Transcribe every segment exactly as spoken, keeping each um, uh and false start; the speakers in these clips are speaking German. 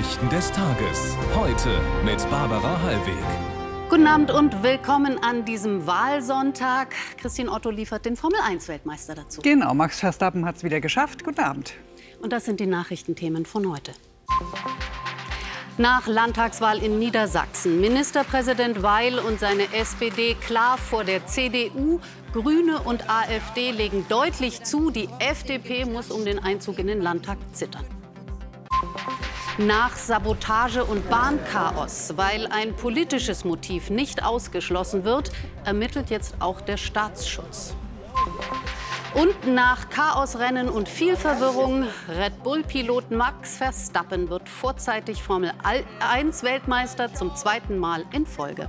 Nachrichten des Tages. Heute mit Barbara Hallweg. Guten Abend und willkommen an diesem Wahlsonntag. Christine Otto liefert den Formel eins Weltmeister dazu. Genau, Max Verstappen hat es wieder geschafft. Guten Abend. Und das sind die Nachrichtenthemen von heute. Nach Landtagswahl in Niedersachsen. Ministerpräsident Weil und seine S P D klar vor der C D U. Grüne und AfD legen deutlich zu, die F D P muss um den Einzug in den Landtag zittern. Nach Sabotage und Bahnchaos, weil ein politisches Motiv nicht ausgeschlossen wird, ermittelt jetzt auch der Staatsschutz. Und nach Chaosrennen und viel Verwirrung, Red Bull-Pilot Max Verstappen wird vorzeitig Formel eins Weltmeister zum zweiten Mal in Folge.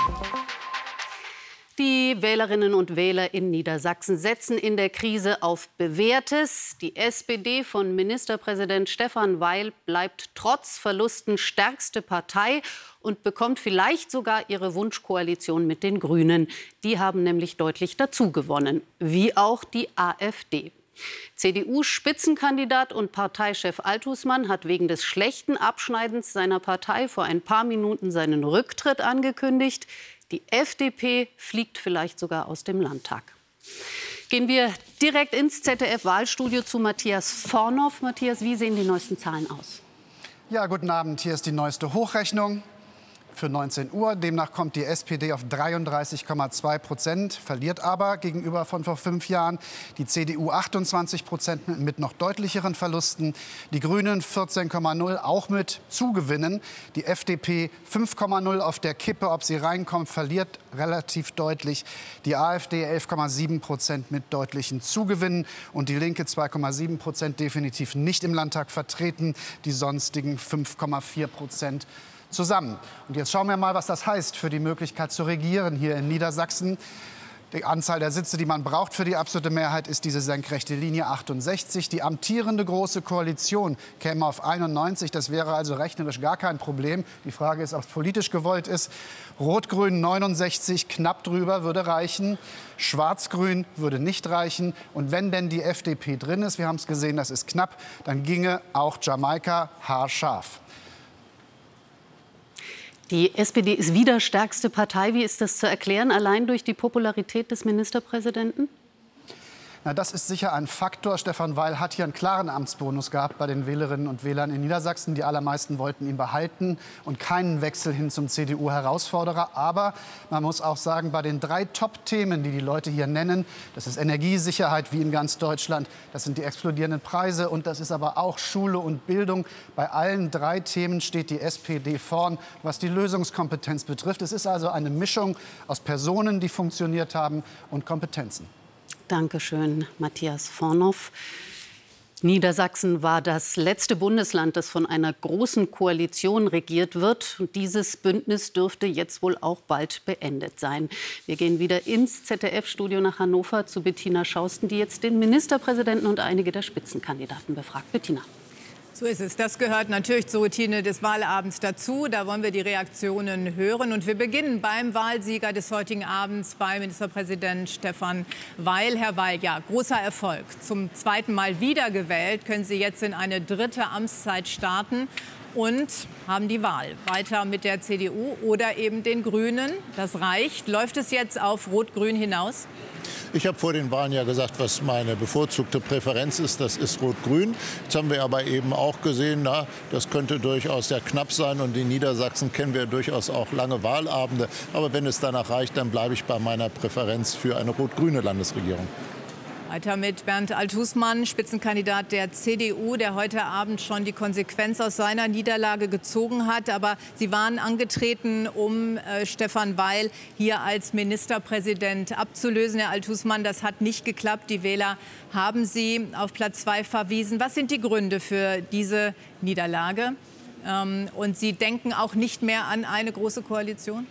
Die Wählerinnen und Wähler in Niedersachsen setzen in der Krise auf Bewährtes. Die S P D von Ministerpräsident Stefan Weil bleibt trotz Verlusten stärkste Partei und bekommt vielleicht sogar ihre Wunschkoalition mit den Grünen. Die haben nämlich deutlich dazugewonnen, wie auch die AfD. C D U-Spitzenkandidat und Parteichef Althusmann hat wegen des schlechten Abschneidens seiner Partei vor ein paar Minuten seinen Rücktritt angekündigt. Die F D P fliegt vielleicht sogar aus dem Landtag. Gehen wir direkt ins Z D F-Wahlstudio zu Matthias Vornoff. Matthias, wie sehen die neuesten Zahlen aus? Ja, guten Abend. Hier ist die neueste Hochrechnung für neunzehn Uhr. Demnach kommt die S P D auf dreiunddreißig Komma zwei Prozent, verliert aber gegenüber von vor fünf Jahren. Die C D U achtundzwanzig Prozent mit noch deutlicheren Verlusten. Die Grünen vierzehn Komma null, auch mit Zugewinnen. Die F D P fünf Komma null auf der Kippe. Ob sie reinkommt, verliert relativ deutlich. Die AfD elf Komma sieben Prozent mit deutlichen Zugewinnen. Und die Linke zwei Komma sieben Prozent definitiv nicht im Landtag vertreten. Die sonstigen fünf Komma vier Prozent zusammen. Und jetzt schauen wir mal, was das heißt für die Möglichkeit zu regieren hier in Niedersachsen. Die Anzahl der Sitze, die man braucht für die absolute Mehrheit, ist diese senkrechte Linie achtundsechzig. Die amtierende Große Koalition käme auf einundneunzig. Das wäre also rechnerisch gar kein Problem. Die Frage ist, ob es politisch gewollt ist. Rot-Grün neunundsechzig, knapp drüber, würde reichen. Schwarz-Grün würde nicht reichen. Und wenn denn die F D P drin ist, wir haben es gesehen, das ist knapp, dann ginge auch Jamaika haarscharf. Die S P D ist wieder stärkste Partei. Wie ist das zu erklären, allein durch die Popularität des Ministerpräsidenten? Na, das ist sicher ein Faktor. Stefan Weil hat hier einen klaren Amtsbonus gehabt bei den Wählerinnen und Wählern in Niedersachsen. Die allermeisten wollten ihn behalten und keinen Wechsel hin zum C D U-Herausforderer. Aber man muss auch sagen, bei den drei Top-Themen, die die Leute hier nennen, das ist Energiesicherheit wie in ganz Deutschland, das sind die explodierenden Preise und das ist aber auch Schule und Bildung. Bei allen drei Themen steht die S P D vorn, was die Lösungskompetenz betrifft. Es ist also eine Mischung aus Personen, die funktioniert haben, und Kompetenzen. Dankeschön, Matthias Vornoff. Niedersachsen war das letzte Bundesland, das von einer großen Koalition regiert wird. Und dieses Bündnis dürfte jetzt wohl auch bald beendet sein. Wir gehen wieder ins Z D F-Studio nach Hannover zu Bettina Schausten, die jetzt den Ministerpräsidenten und einige der Spitzenkandidaten befragt. Bettina. So ist es. Das gehört natürlich zur Routine des Wahlabends dazu. Da wollen wir die Reaktionen hören. Und wir beginnen beim Wahlsieger des heutigen Abends, bei Ministerpräsident Stefan Weil. Herr Weil, ja, großer Erfolg. Zum zweiten Mal wiedergewählt, können Sie jetzt in eine dritte Amtszeit starten und haben die Wahl. Weiter mit der C D U oder eben den Grünen. Das reicht. Läuft es jetzt auf Rot-Grün hinaus? Ich habe vor den Wahlen ja gesagt, was meine bevorzugte Präferenz ist. Das ist Rot-Grün. Jetzt haben wir aber eben auch gesehen, na, das könnte durchaus sehr knapp sein. Und in Niedersachsen kennen wir durchaus auch lange Wahlabende. Aber wenn es danach reicht, dann bleibe ich bei meiner Präferenz für eine rot-grüne Landesregierung. Weiter mit Bernd Althusmann, Spitzenkandidat der C D U, der heute Abend schon die Konsequenz aus seiner Niederlage gezogen hat. Aber Sie waren angetreten, um äh, Stefan Weil hier als Ministerpräsident abzulösen. Herr Althusmann, das hat nicht geklappt. Die Wähler haben Sie auf Platz zwei verwiesen. Was sind die Gründe für diese Niederlage? Ähm, und Sie denken auch nicht mehr an eine große Koalition?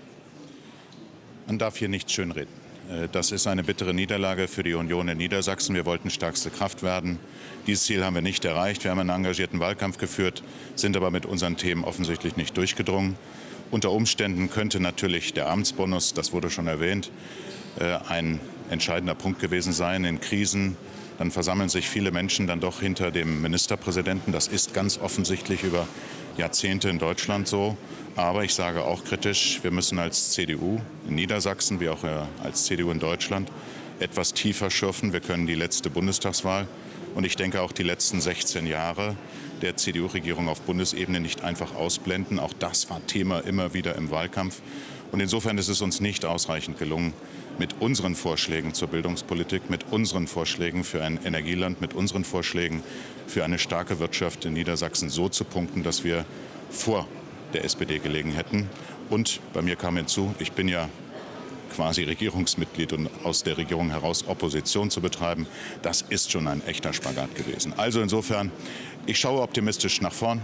Man darf hier nicht schönreden. Das ist eine bittere Niederlage für die Union in Niedersachsen. Wir wollten stärkste Kraft werden. Dieses Ziel haben wir nicht erreicht. Wir haben einen engagierten Wahlkampf geführt, sind aber mit unseren Themen offensichtlich nicht durchgedrungen. Unter Umständen könnte natürlich der Amtsbonus, das wurde schon erwähnt, ein entscheidender Punkt gewesen sein. In Krisen dann versammeln sich viele Menschen dann doch hinter dem Ministerpräsidenten. Das ist ganz offensichtlich über Jahrzehnte in Deutschland so. Aber ich sage auch kritisch, wir müssen als C D U in Niedersachsen, wie auch als C D U in Deutschland, etwas tiefer schürfen. Wir können die letzte Bundestagswahl und ich denke auch die letzten sechzehn Jahre der C D U-Regierung auf Bundesebene nicht einfach ausblenden. Auch das war Thema immer wieder im Wahlkampf. Und insofern ist es uns nicht ausreichend gelungen, mit unseren Vorschlägen zur Bildungspolitik, mit unseren Vorschlägen für ein Energieland, mit unseren Vorschlägen für eine starke Wirtschaft in Niedersachsen so zu punkten, dass wir vor der S P D gelegen hätten. Und bei mir kam hinzu, ich bin ja quasi Regierungsmitglied und aus der Regierung heraus Opposition zu betreiben, das ist schon ein echter Spagat gewesen. Also insofern, ich schaue optimistisch nach vorn.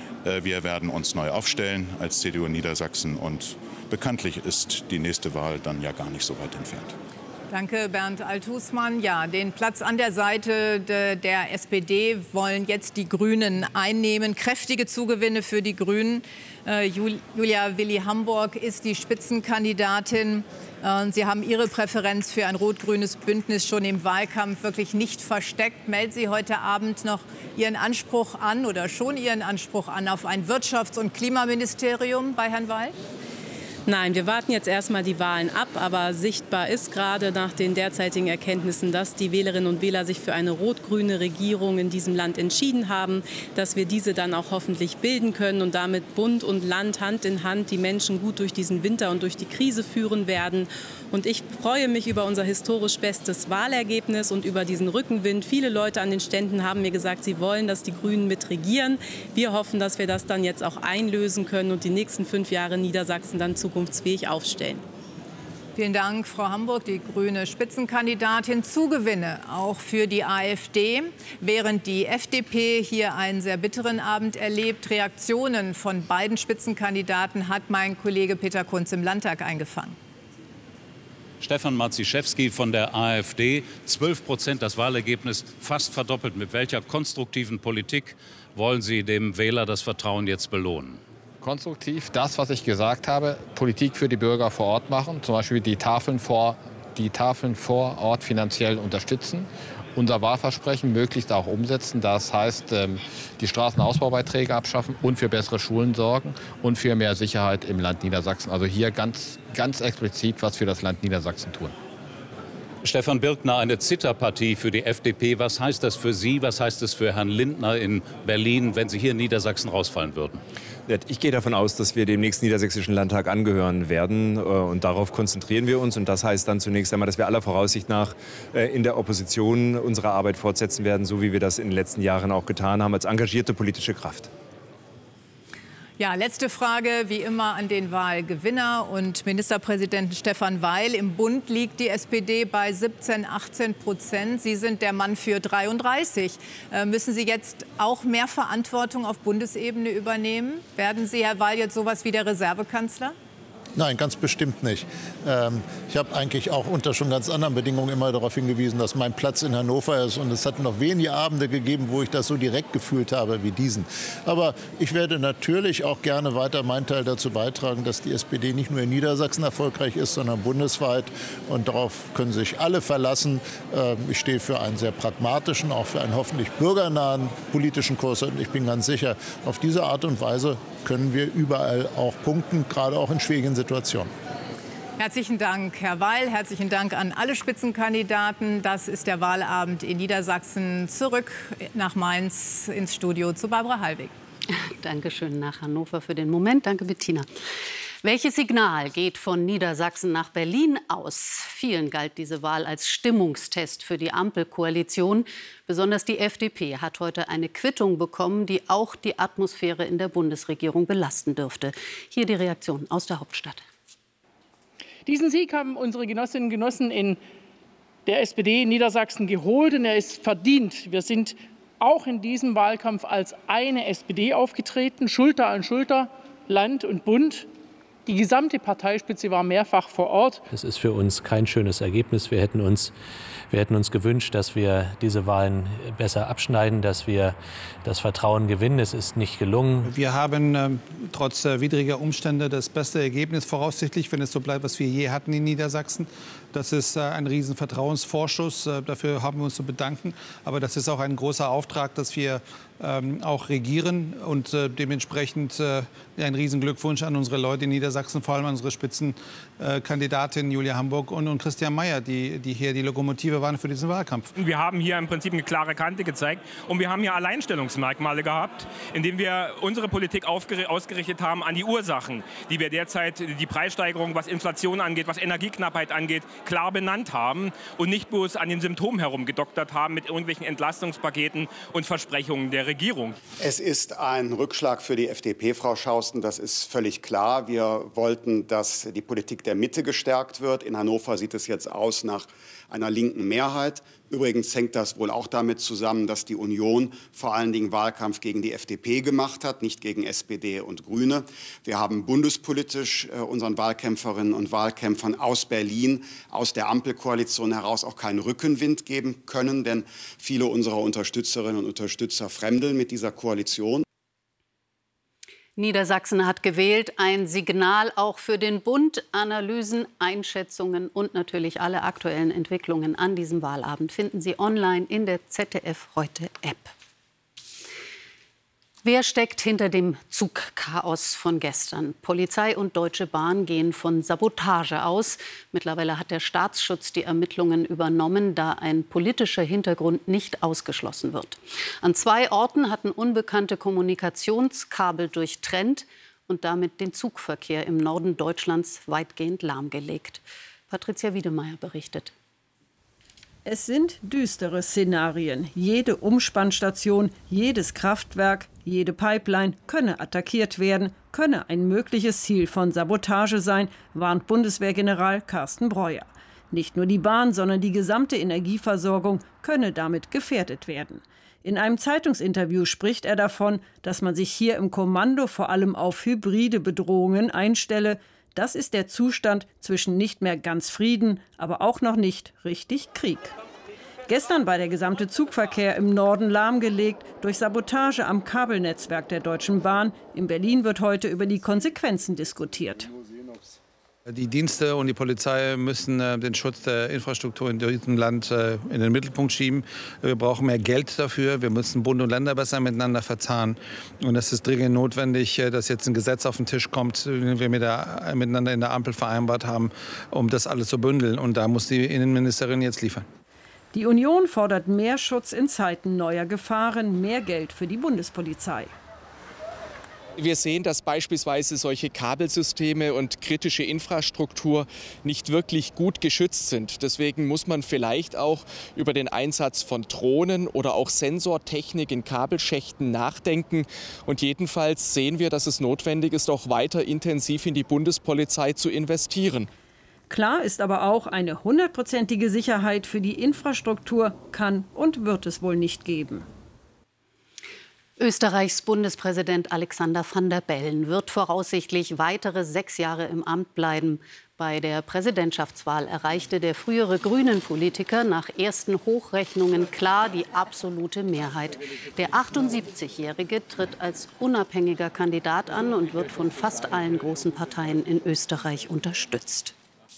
Wir werden uns neu aufstellen als C D U in Niedersachsen und bekanntlich ist die nächste Wahl dann ja gar nicht so weit entfernt. Danke, Bernd Althusmann. Ja, den Platz an der Seite de, der S P D wollen jetzt die Grünen einnehmen. Kräftige Zugewinne für die Grünen. Äh, Julia Willi-Hamburg ist die Spitzenkandidatin. Äh, Sie haben Ihre Präferenz für ein rot-grünes Bündnis schon im Wahlkampf wirklich nicht versteckt. Melden Sie heute Abend noch Ihren Anspruch an oder schon Ihren Anspruch an auf ein Wirtschafts- und Klimaministerium bei Herrn Weil? Nein, wir warten jetzt erstmal die Wahlen ab, aber sichtbar ist gerade nach den derzeitigen Erkenntnissen, dass die Wählerinnen und Wähler sich für eine rot-grüne Regierung in diesem Land entschieden haben, dass wir diese dann auch hoffentlich bilden können und damit Bund und Land Hand in Hand die Menschen gut durch diesen Winter und durch die Krise führen werden. Und ich freue mich über unser historisch bestes Wahlergebnis und über diesen Rückenwind. Viele Leute an den Ständen haben mir gesagt, sie wollen, dass die Grünen mitregieren. Wir hoffen, dass wir das dann jetzt auch einlösen können und die nächsten fünf Jahre Niedersachsen dann zukunftsfähig aufstellen. Vielen Dank, Frau Hamburg, die grüne Spitzenkandidatin. Zugewinne auch für die AfD. Während die F D P hier einen sehr bitteren Abend erlebt, Reaktionen von beiden Spitzenkandidaten hat mein Kollege Peter Kunz im Landtag eingefangen. Stefan Marziszewski von der AfD, zwölf Prozent das Wahlergebnis, fast verdoppelt. Mit welcher konstruktiven Politik wollen Sie dem Wähler das Vertrauen jetzt belohnen? Konstruktiv das, was ich gesagt habe, Politik für die Bürger vor Ort machen, zum Beispiel die Tafeln vor, die Tafeln vor Ort finanziell unterstützen, unser Wahlversprechen möglichst auch umsetzen. Das heißt, die Straßenausbaubeiträge abschaffen und für bessere Schulen sorgen und für mehr Sicherheit im Land Niedersachsen. Also hier ganz, ganz explizit was für das Land Niedersachsen tun. Stefan Birkner, eine Zitterpartie für die F D P. Was heißt das für Sie? Was heißt es für Herrn Lindner in Berlin, wenn Sie hier in Niedersachsen rausfallen würden? Ich gehe davon aus, dass wir dem nächsten Niedersächsischen Landtag angehören werden. Und darauf konzentrieren wir uns. Und das heißt dann zunächst einmal, dass wir aller Voraussicht nach in der Opposition unsere Arbeit fortsetzen werden, so wie wir das in den letzten Jahren auch getan haben, als engagierte politische Kraft. Ja, letzte Frage, wie immer an den Wahlgewinner und Ministerpräsidenten Stefan Weil. Im Bund liegt die S P D bei siebzehn, achtzehn Prozent. Sie sind der Mann für dreiunddreißig. Äh, müssen Sie jetzt auch mehr Verantwortung auf Bundesebene übernehmen? Werden Sie, Herr Weil, jetzt sowas wie der Reservekanzler? Nein, ganz bestimmt nicht. Ähm, ich habe eigentlich auch unter schon ganz anderen Bedingungen immer darauf hingewiesen, dass mein Platz in Hannover ist. Und es hat noch wenige Abende gegeben, wo ich das so direkt gefühlt habe wie diesen. Aber ich werde natürlich auch gerne weiter meinen Teil dazu beitragen, dass die S P D nicht nur in Niedersachsen erfolgreich ist, sondern bundesweit. Und darauf können sich alle verlassen. Ähm, ich stehe für einen sehr pragmatischen, auch für einen hoffentlich bürgernahen politischen Kurs. Und ich bin ganz sicher, auf diese Art und Weise können wir überall auch punkten, gerade auch in schwierigen Situationen. Herzlichen Dank, Herr Weil. Herzlichen Dank an alle Spitzenkandidaten. Das ist der Wahlabend in Niedersachsen. Zurück nach Mainz ins Studio zu Barbara Hallwig. Dankeschön nach Hannover für den Moment. Danke, Bettina. Welches Signal geht von Niedersachsen nach Berlin aus? Vielen galt diese Wahl als Stimmungstest für die Ampelkoalition. Besonders die F D P hat heute eine Quittung bekommen, die auch die Atmosphäre in der Bundesregierung belasten dürfte. Hier die Reaktion aus der Hauptstadt. Diesen Sieg haben unsere Genossinnen und Genossen in der S P D in Niedersachsen geholt, und er ist verdient. Wir sind auch in diesem Wahlkampf als eine S P D aufgetreten, Schulter an Schulter, Land und Bund. Die gesamte Parteispitze war mehrfach vor Ort. Es ist für uns kein schönes Ergebnis. Wir hätten uns, wir hätten uns gewünscht, dass wir diese Wahlen besser abschneiden, dass wir das Vertrauen gewinnen. Es ist nicht gelungen. Wir haben äh, trotz äh, widriger Umstände das beste Ergebnis voraussichtlich, wenn es so bleibt, was wir je hatten in Niedersachsen. Das ist ein riesen Vertrauensvorschuss. Dafür haben wir uns zu bedanken. Aber das ist auch ein großer Auftrag, dass wir ähm, auch regieren. Und äh, dementsprechend äh, ein riesen Glückwunsch an unsere Leute in Niedersachsen, vor allem an unsere Spitzenkandidatin äh, Julia Hamburg und, und Christian Mayer, die, die hier die Lokomotive waren für diesen Wahlkampf. Wir haben hier im Prinzip eine klare Kante gezeigt. Und wir haben hier Alleinstellungsmerkmale gehabt, indem wir unsere Politik ausgerichtet haben an die Ursachen, die wir derzeit, die Preissteigerung, was Inflation angeht, was Energieknappheit angeht, klar benannt haben und nicht bloß an den Symptomen herumgedoktert haben mit irgendwelchen Entlastungspaketen und Versprechungen der Regierung. Es ist ein Rückschlag für die F D P, Frau Schausten, das ist völlig klar. Wir wollten, dass die Politik der Mitte gestärkt wird. In Hannover sieht es jetzt aus nach einer linken Mehrheit. Übrigens hängt das wohl auch damit zusammen, dass die Union vor allen Dingen Wahlkampf gegen die F D P gemacht hat, nicht gegen S P D und Grüne. Wir haben bundespolitisch äh, unseren Wahlkämpferinnen und Wahlkämpfern aus Berlin, aus der Ampelkoalition heraus auch keinen Rückenwind geben können, denn viele unserer Unterstützerinnen und Unterstützer fremdeln mit dieser Koalition. Niedersachsen hat gewählt, ein Signal auch für den Bund. Analysen, Einschätzungen und natürlich alle aktuellen Entwicklungen an diesem Wahlabend finden Sie online in der Z D F Heute App. Wer steckt hinter dem Zugchaos von gestern? Polizei und Deutsche Bahn gehen von Sabotage aus. Mittlerweile hat der Staatsschutz die Ermittlungen übernommen, da ein politischer Hintergrund nicht ausgeschlossen wird. An zwei Orten hatten Unbekannte Kommunikationskabel durchtrennt und damit den Zugverkehr im Norden Deutschlands weitgehend lahmgelegt. Patricia Wiedemeyer berichtet. Es sind düstere Szenarien. Jede Umspannstation, jedes Kraftwerk, jede Pipeline könne attackiert werden, könne ein mögliches Ziel von Sabotage sein, warnt Bundeswehrgeneral Carsten Breuer. Nicht nur die Bahn, sondern die gesamte Energieversorgung könne damit gefährdet werden. In einem Zeitungsinterview spricht er davon, dass man sich hier im Kommando vor allem auf hybride Bedrohungen einstelle. Das ist der Zustand zwischen nicht mehr ganz Frieden, aber auch noch nicht richtig Krieg. Gestern war der gesamte Zugverkehr im Norden lahmgelegt durch Sabotage am Kabelnetzwerk der Deutschen Bahn. In Berlin wird heute über die Konsequenzen diskutiert. Die Dienste und die Polizei müssen äh, den Schutz der Infrastruktur in diesem Land äh, in den Mittelpunkt schieben. Wir brauchen mehr Geld dafür. Wir müssen Bund und Länder besser miteinander verzahnen. Und es ist dringend notwendig, äh, dass jetzt ein Gesetz auf den Tisch kommt, den wir mit der, äh, miteinander in der Ampel vereinbart haben, um das alles zu bündeln. Und da muss die Innenministerin jetzt liefern. Die Union fordert mehr Schutz in Zeiten neuer Gefahren, mehr Geld für die Bundespolizei. Wir sehen, dass beispielsweise solche Kabelsysteme und kritische Infrastruktur nicht wirklich gut geschützt sind. Deswegen muss man vielleicht auch über den Einsatz von Drohnen oder auch Sensortechnik in Kabelschächten nachdenken. Und jedenfalls sehen wir, dass es notwendig ist, auch weiter intensiv in die Bundespolizei zu investieren. Klar ist aber auch, eine hundertprozentige Sicherheit für die Infrastruktur kann und wird es wohl nicht geben. Österreichs Bundespräsident Alexander Van der Bellen wird voraussichtlich weitere sechs Jahre im Amt bleiben. Bei der Präsidentschaftswahl erreichte der frühere Grünen-Politiker nach ersten Hochrechnungen klar die absolute Mehrheit. Der achtundsiebzigjährige tritt als unabhängiger Kandidat an und wird von fast allen großen Parteien in Österreich unterstützt.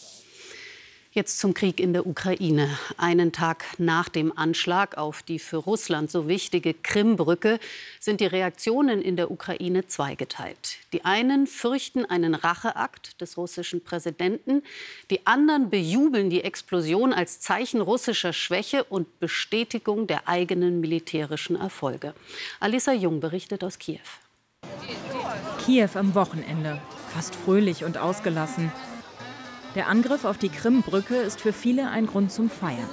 Jetzt zum Krieg in der Ukraine. Einen Tag nach dem Anschlag auf die für Russland so wichtige Krimbrücke sind die Reaktionen in der Ukraine zweigeteilt. Die einen fürchten einen Racheakt des russischen Präsidenten, die anderen bejubeln die Explosion als Zeichen russischer Schwäche und Bestätigung der eigenen militärischen Erfolge. Alissa Jung berichtet aus Kiew. Kiew am Wochenende, fast fröhlich und ausgelassen. Der Angriff auf die Krimbrücke ist für viele ein Grund zum Feiern.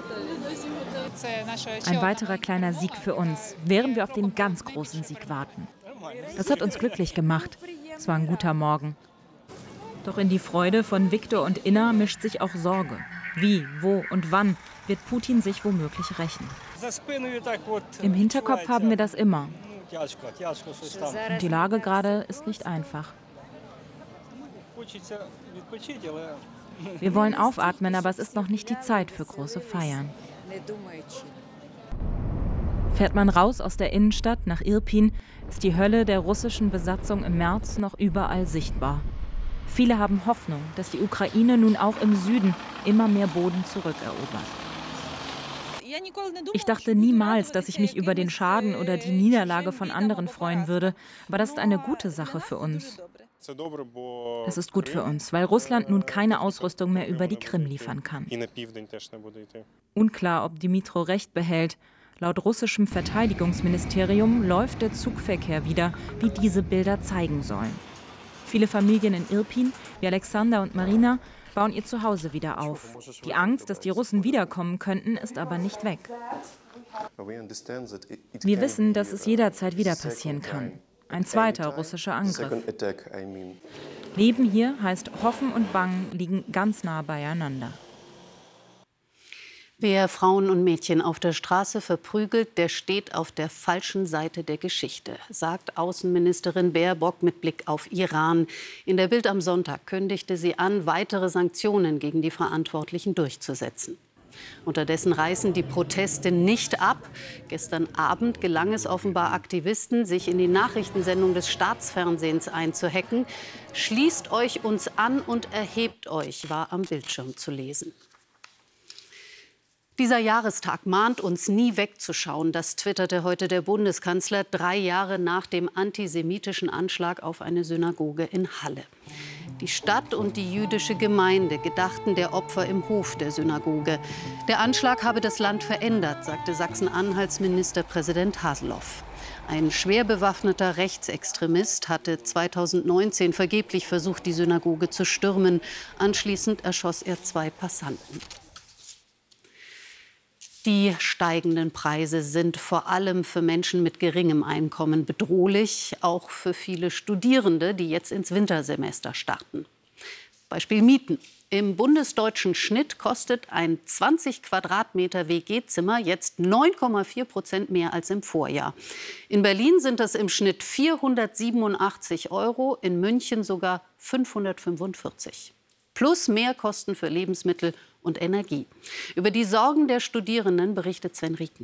Ein weiterer kleiner Sieg für uns, während wir auf den ganz großen Sieg warten. Das hat uns glücklich gemacht. Es war ein guter Morgen. Doch in die Freude von Viktor und Inna mischt sich auch Sorge. Wie, wo und wann wird Putin sich womöglich rächen? Im Hinterkopf haben wir das immer. Und die Lage gerade ist nicht einfach. Wir wollen aufatmen, aber es ist noch nicht die Zeit für große Feiern. Fährt man raus aus der Innenstadt nach Irpin, ist die Hölle der russischen Besatzung im März noch überall sichtbar. Viele haben Hoffnung, dass die Ukraine nun auch im Süden immer mehr Boden zurückerobert. Ich dachte niemals, dass ich mich über den Schaden oder die Niederlage von anderen freuen würde. Aber das ist eine gute Sache für uns. Das ist gut für uns, weil Russland nun keine Ausrüstung mehr über die Krim liefern kann. Unklar, ob Dmytro recht behält. Laut russischem Verteidigungsministerium läuft der Zugverkehr wieder, wie diese Bilder zeigen sollen. Viele Familien in Irpin, wie Alexander und Marina, bauen ihr Zuhause wieder auf. Die Angst, dass die Russen wiederkommen könnten, ist aber nicht weg. Wir wissen, dass es jederzeit wieder passieren kann. Ein zweiter russischer Angriff. Leben hier heißt Hoffen und Bangen liegen ganz nah beieinander. Wer Frauen und Mädchen auf der Straße verprügelt, der steht auf der falschen Seite der Geschichte, sagt Außenministerin Baerbock mit Blick auf Iran. In der Bild am Sonntag kündigte sie an, weitere Sanktionen gegen die Verantwortlichen durchzusetzen. Unterdessen reißen die Proteste nicht ab. Gestern Abend gelang es offenbar Aktivisten, sich in die Nachrichtensendung des Staatsfernsehens einzuhacken. Schließt euch uns an und erhebt euch, war am Bildschirm zu lesen. Dieser Jahrestag mahnt uns, nie wegzuschauen. Das twitterte heute der Bundeskanzler drei Jahre nach dem antisemitischen Anschlag auf eine Synagoge in Halle. Die Stadt und die jüdische Gemeinde gedachten der Opfer im Hof der Synagoge. Der Anschlag habe das Land verändert, sagte Sachsen-Anhalts Ministerpräsident Haseloff. Ein schwer bewaffneter Rechtsextremist hatte zweitausendneunzehn vergeblich versucht, die Synagoge zu stürmen. Anschließend erschoss er zwei Passanten. Die steigenden Preise sind vor allem für Menschen mit geringem Einkommen bedrohlich, auch für viele Studierende, die jetzt ins Wintersemester starten. Beispiel Mieten. Im bundesdeutschen Schnitt kostet ein zwanzig Quadratmeter W G-Zimmer jetzt neun Komma vier Prozent mehr als im Vorjahr. In Berlin sind das im Schnitt vierhundertsiebenundachtzig Euro, in München sogar fünfhundertfünfundvierzig. Plus Mehrkosten für Lebensmittel und Energie. Über die Sorgen der Studierenden berichtet Sven Rieken.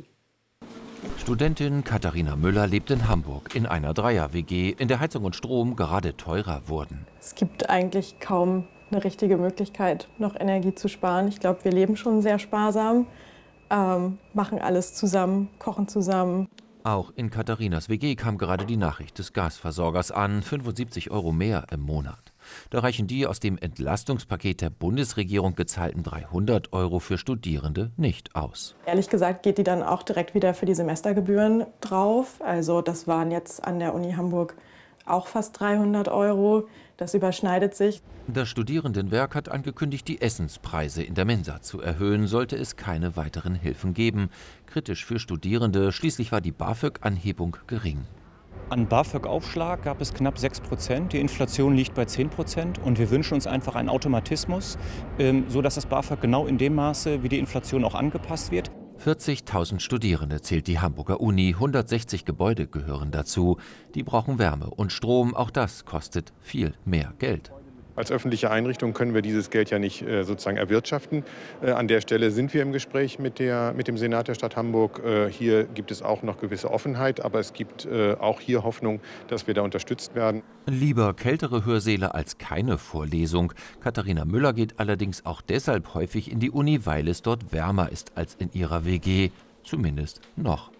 Studentin Katharina Müller lebt in Hamburg in einer Dreier-W G, in der Heizung und Strom gerade teurer wurden. Es gibt eigentlich kaum eine richtige Möglichkeit, noch Energie zu sparen. Ich glaube, wir leben schon sehr sparsam, ähm, machen alles zusammen, kochen zusammen. Auch in Katharinas W G kam gerade die Nachricht des Gasversorgers an, fünfundsiebzig Euro mehr im Monat. Da reichen die aus dem Entlastungspaket der Bundesregierung gezahlten dreihundert Euro für Studierende nicht aus. Ehrlich gesagt geht die dann auch direkt wieder für die Semestergebühren drauf. Also das waren jetzt an der Uni Hamburg auch fast dreihundert Euro. Das überschneidet sich. Das Studierendenwerk hat angekündigt, die Essenspreise in der Mensa zu erhöhen, sollte es keine weiteren Hilfen geben. Kritisch für Studierende, schließlich war die BAföG-Anhebung gering. An BAföG-Aufschlag gab es knapp sechs Prozent. Die Inflation liegt bei zehn Prozent. Und wir wünschen uns einfach einen Automatismus, ähm, sodass das BAföG genau in dem Maße, wie die Inflation auch angepasst wird. vierzigtausend Studierende zählt die Hamburger Uni, hundertsechzig Gebäude gehören dazu. Die brauchen Wärme und Strom, auch das kostet viel mehr Geld. Als öffentliche Einrichtung können wir dieses Geld ja nicht äh, sozusagen erwirtschaften. Äh, an der Stelle sind wir im Gespräch mit, der, mit dem Senat der Stadt Hamburg. Äh, hier gibt es auch noch gewisse Offenheit, aber es gibt äh, auch hier Hoffnung, dass wir da unterstützt werden. Lieber kältere Hörsäle als keine Vorlesung. Katharina Müller geht allerdings auch deshalb häufig in die Uni, weil es dort wärmer ist als in ihrer W G. Zumindest noch.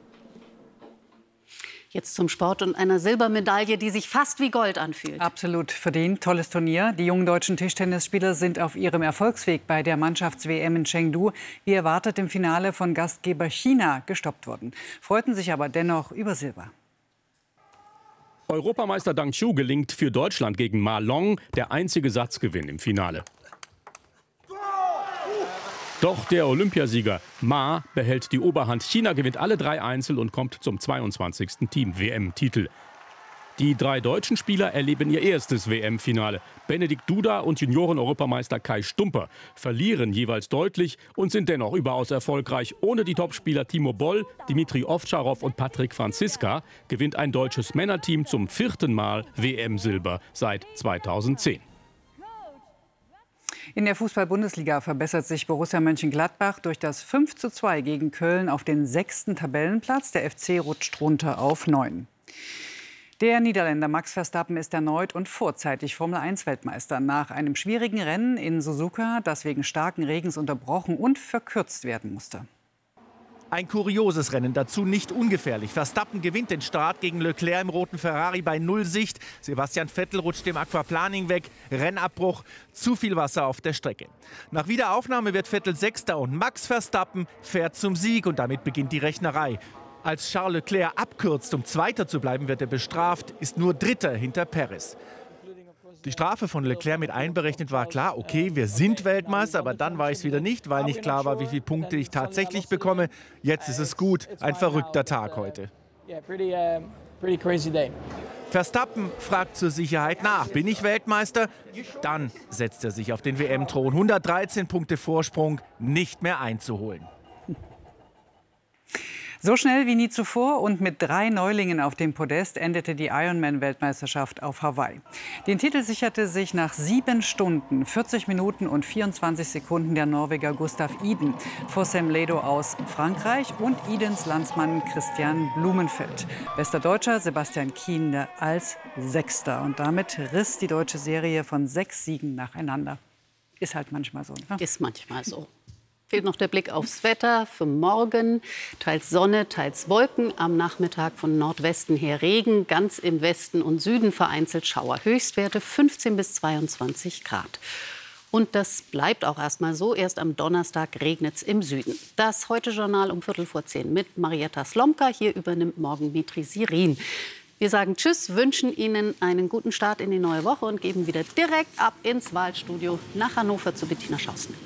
Jetzt zum Sport und einer Silbermedaille, die sich fast wie Gold anfühlt. Absolut verdient. Tolles Turnier. Die jungen deutschen Tischtennisspieler sind auf ihrem Erfolgsweg bei der Mannschafts-W M in Chengdu, wie erwartet im Finale von Gastgeber China, gestoppt worden. Freuten sich aber dennoch über Silber. Europameister Dang Xiu gelingt für Deutschland gegen Ma Long der einzige Satzgewinn im Finale. Doch der Olympiasieger Ma behält die Oberhand. China gewinnt alle drei Einzel und kommt zum zweiundzwanzigsten Team-W M-Titel. Die drei deutschen Spieler erleben ihr erstes W M-Finale. Benedikt Duda und Junioren-Europameister Kai Stumper verlieren jeweils deutlich und sind dennoch überaus erfolgreich. Ohne die Topspieler Timo Boll, Dimitri Ovtcharov und Patrick Franziska gewinnt ein deutsches Männerteam zum vierten Mal W M-Silber seit zweitausendzehn. In der Fußball-Bundesliga verbessert sich Borussia Mönchengladbach durch das fünf zu zwei gegen Köln auf den sechsten Tabellenplatz. Der F C rutscht runter auf neun. Der Niederländer Max Verstappen ist erneut und vorzeitig Formel eins Weltmeister. Nach einem schwierigen Rennen in Suzuka, das wegen starken Regens unterbrochen und verkürzt werden musste. Ein kurioses Rennen, dazu nicht ungefährlich. Verstappen gewinnt den Start gegen Leclerc im roten Ferrari bei null Sicht. Sebastian Vettel rutscht dem Aquaplaning weg. Rennabbruch, zu viel Wasser auf der Strecke. Nach Wiederaufnahme wird Vettel Sechster und Max Verstappen fährt zum Sieg und damit beginnt die Rechnerei. Als Charles Leclerc abkürzt, um Zweiter zu bleiben, wird er bestraft, ist nur Dritter hinter Perez. Die Strafe von Leclerc mit einberechnet war klar, okay, wir sind Weltmeister, aber dann war ich es wieder nicht, weil nicht klar war, wie viele Punkte ich tatsächlich bekomme. Jetzt ist es gut, ein verrückter Tag heute. Verstappen fragt zur Sicherheit nach, bin ich Weltmeister? Dann setzt er sich auf den W M-Thron, hundertdreizehn Punkte Vorsprung, nicht mehr einzuholen. So schnell wie nie zuvor und mit drei Neulingen auf dem Podest endete die Ironman-Weltmeisterschaft auf Hawaii. Den Titel sicherte sich nach sieben Stunden, vierzig Minuten und vierundzwanzig Sekunden der Norweger Gustav Iden vor Sam Ledo aus Frankreich und Idens Landsmann Christian Blumenfeld. Bester Deutscher Sebastian Kienle als Sechster. Und damit riss die deutsche Serie von sechs Siegen nacheinander. Ist halt manchmal so. Ne? Ist manchmal so. Fehlt noch der Blick aufs Wetter für morgen. Teils Sonne, teils Wolken. Am Nachmittag von Nordwesten her Regen. Ganz im Westen und Süden vereinzelt Schauer. Höchstwerte fünfzehn bis zweiundzwanzig Grad. Und das bleibt auch erstmal so. Erst am Donnerstag regnet es im Süden. Das Heute-Journal um Viertel vor zehn mit Marietta Slomka. Hier übernimmt morgen Mitri Sirin. Wir sagen Tschüss, wünschen Ihnen einen guten Start in die neue Woche und geben wieder direkt ab ins Wahlstudio nach Hannover zu Bettina Schausen.